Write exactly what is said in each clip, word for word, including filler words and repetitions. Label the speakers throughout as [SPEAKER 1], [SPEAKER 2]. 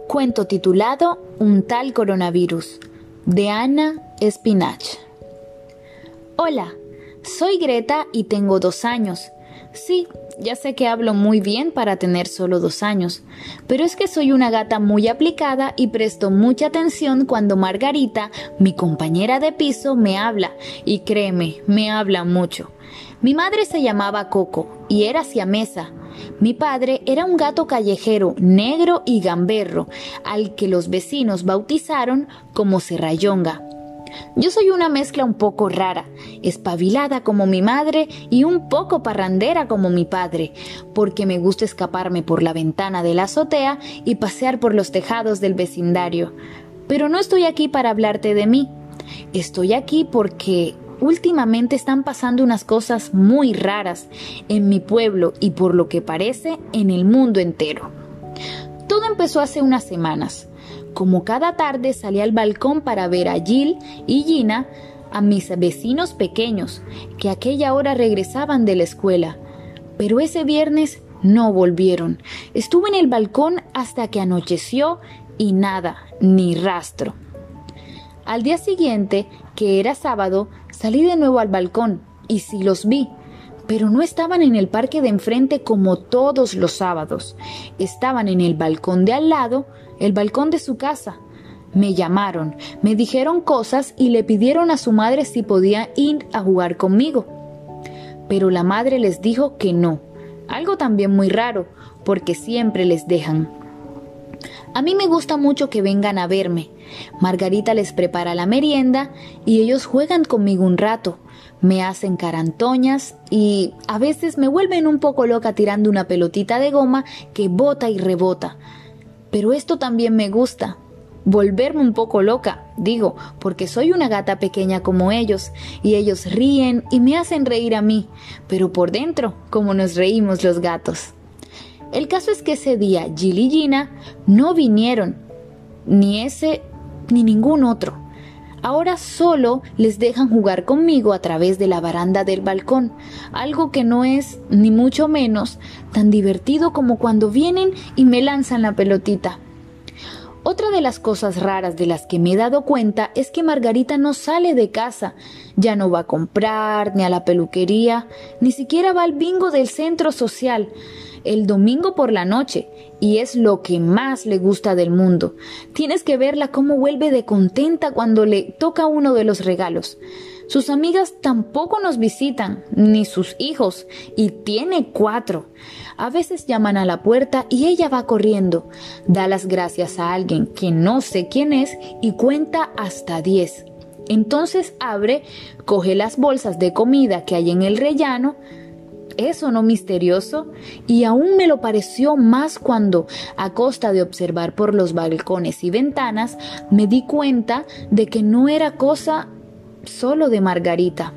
[SPEAKER 1] Cuento titulado Un tal coronavirus, de Ana Espinach. Hola, soy Greta y tengo dos años. Sí, ya sé que hablo muy bien para tener solo dos años, pero es que soy una gata muy aplicada y presto mucha atención cuando Margarita, mi compañera de piso, me habla, y créeme, me habla mucho. Mi madre se llamaba Coco y era siamesa. Mi padre era un gato callejero, negro y gamberro, al que los vecinos bautizaron como Serrayonga. Yo soy una mezcla un poco rara, espabilada como mi madre y un poco parrandera como mi padre, porque me gusta escaparme por la ventana de la azotea y pasear por los tejados del vecindario. Pero no estoy aquí para hablarte de mí. Estoy aquí porque últimamente están pasando unas cosas muy raras en mi pueblo y, por lo que parece, en el mundo entero. Todo empezó hace unas semanas. Como cada tarde salí al balcón para ver a Jill y Gina, a mis vecinos pequeños, que a aquella hora regresaban de la escuela. Pero ese viernes no volvieron. Estuve en el balcón hasta que anocheció y nada, ni rastro. Al día siguiente, que era sábado, salí de nuevo al balcón y sí los vi, pero no estaban en el parque de enfrente como todos los sábados. Estaban en el balcón de al lado, el balcón de su casa. Me llamaron, me dijeron cosas y le pidieron a su madre si podía ir a jugar conmigo. Pero la madre les dijo que no, algo también muy raro, porque siempre les dejan. A mí me gusta mucho que vengan a verme. Margarita les prepara la merienda y ellos juegan conmigo un rato. Me hacen carantoñas y a veces me vuelven un poco loca tirando una pelotita de goma que bota y rebota. Pero esto también me gusta. Volverme un poco loca, digo, porque soy una gata pequeña como ellos, y ellos ríen y me hacen reír a mí, pero por dentro, como nos reímos los gatos. El caso es que ese día Jill y Gina no vinieron, ni ese ni ningún otro. Ahora solo les dejan jugar conmigo a través de la baranda del balcón, algo que no es, ni mucho menos, tan divertido como cuando vienen y me lanzan la pelotita. Otra de las cosas raras de las que me he dado cuenta es que Margarita no sale de casa, ya no va a comprar, ni a la peluquería, ni siquiera va al bingo del centro social, el domingo por la noche, y es lo que más le gusta del mundo. Tienes que verla cómo vuelve de contenta cuando le toca uno de los regalos. Sus amigas tampoco nos visitan, ni sus hijos, y tiene cuatro. A veces llaman a la puerta y ella va corriendo, da las gracias a alguien que no sé quién es y cuenta hasta diez. Entonces abre, coge las bolsas de comida que hay en el rellano. ¿Eso no misterioso? Y aún me lo pareció más cuando, a costa de observar por los balcones y ventanas, me di cuenta de que no era cosa solo de Margarita.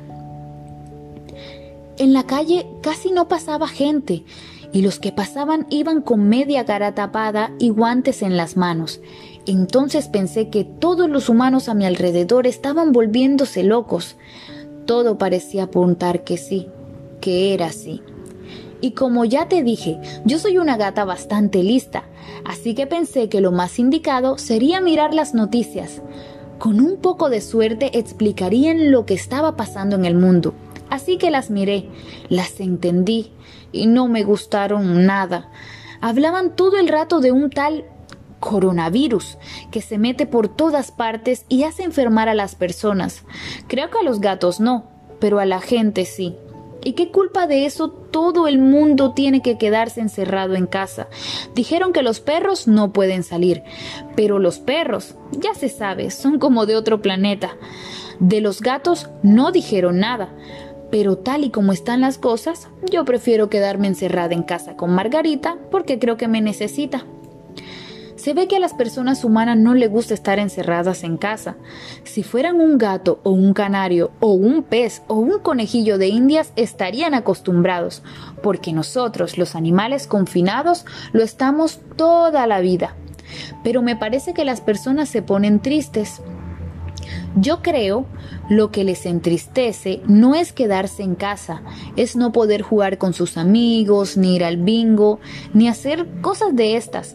[SPEAKER 1] En la calle casi no pasaba gente, y los que pasaban iban con media cara tapada y guantes en las manos. Entonces pensé que todos los humanos a mi alrededor estaban volviéndose locos. Todo parecía apuntar que sí, que era así. Y como ya te dije, yo soy una gata bastante lista, así que pensé que lo más indicado sería mirar las noticias. Con un poco de suerte explicarían lo que estaba pasando en el mundo. Así que las miré, las entendí y no me gustaron nada. Hablaban todo el rato de un tal coronavirus que se mete por todas partes y hace enfermar a las personas. Creo que a los gatos no, pero a la gente sí. ¿Y qué culpa de eso todo el mundo tiene que quedarse encerrado en casa? Dijeron que los perros no pueden salir, pero los perros, ya se sabe, son como de otro planeta. De los gatos no dijeron nada, pero tal y como están las cosas, yo prefiero quedarme encerrada en casa con Margarita porque creo que me necesita. Se ve que a las personas humanas no les gusta estar encerradas en casa. Si fueran un gato o un canario o un pez o un conejillo de indias estarían acostumbrados, porque nosotros, los animales confinados, lo estamos toda la vida. Pero me parece que las personas se ponen tristes. Yo creo lo que les entristece no es quedarse en casa, es no poder jugar con sus amigos, ni ir al bingo, ni hacer cosas de estas.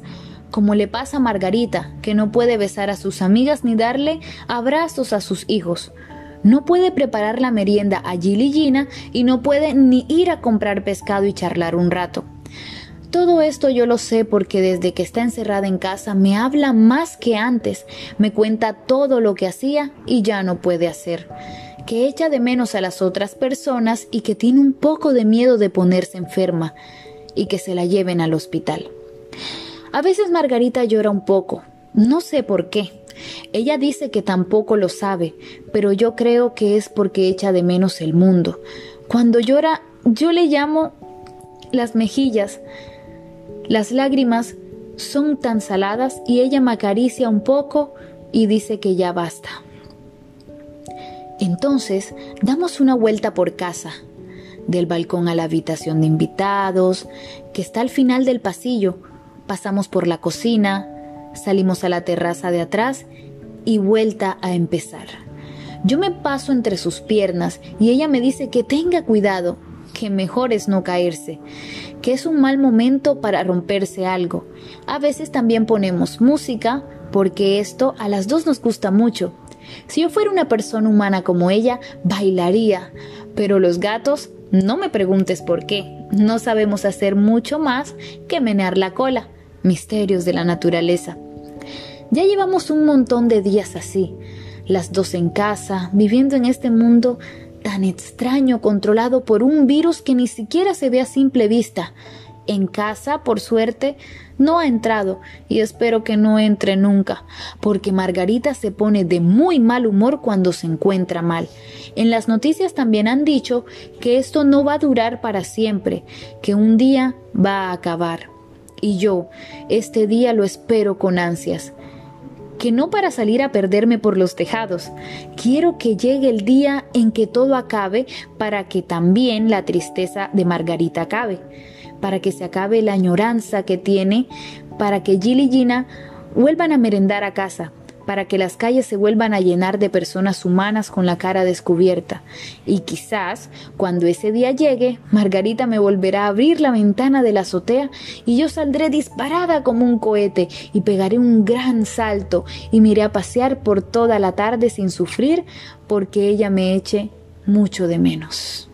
[SPEAKER 1] como le pasa a Margarita, que no puede besar a sus amigas ni darle abrazos a sus hijos. No puede preparar la merienda a Jill y Gina y no puede ni ir a comprar pescado y charlar un rato. Todo esto yo lo sé porque desde que está encerrada en casa me habla más que antes, me cuenta todo lo que hacía y ya no puede hacer, que echa de menos a las otras personas y que tiene un poco de miedo de ponerse enferma y que se la lleven al hospital. A veces Margarita llora un poco, no sé por qué. Ella dice que tampoco lo sabe, pero yo creo que es porque echa de menos el mundo. Cuando llora, yo le llamo las mejillas. Las lágrimas son tan saladas y ella me acaricia un poco y dice que ya basta. Entonces damos una vuelta por casa, del balcón a la habitación de invitados, que está al final del pasillo. Pasamos por la cocina, salimos a la terraza de atrás y vuelta a empezar. Yo me paso entre sus piernas y ella me dice que tenga cuidado, que mejor es no caerse, que es un mal momento para romperse algo. A veces también ponemos música, porque esto a las dos nos gusta mucho. Si yo fuera una persona humana como ella, bailaría, pero los gatos, no me preguntes por qué, no sabemos hacer mucho más que menear la cola. Misterios de la naturaleza. Ya llevamos un montón de días así, las dos en casa, viviendo en este mundo tan extraño, controlado por un virus que ni siquiera se ve a simple vista. En casa, por suerte, no ha entrado y espero que no entre nunca, porque Margarita se pone de muy mal humor cuando se encuentra mal. En las noticias también han dicho que esto no va a durar para siempre, que un día va a acabar. Y yo, este día lo espero con ansias. Que no para salir a perderme por los tejados. Quiero que llegue el día en que todo acabe para que también la tristeza de Margarita acabe. Para que se acabe la añoranza que tiene, para que Jill y Gina vuelvan a merendar a casa, para que las calles se vuelvan a llenar de personas humanas con la cara descubierta. Y quizás, cuando ese día llegue, Margarita me volverá a abrir la ventana de la azotea y yo saldré disparada como un cohete y pegaré un gran salto y me iré a pasear por toda la tarde sin sufrir porque ella me eche mucho de menos.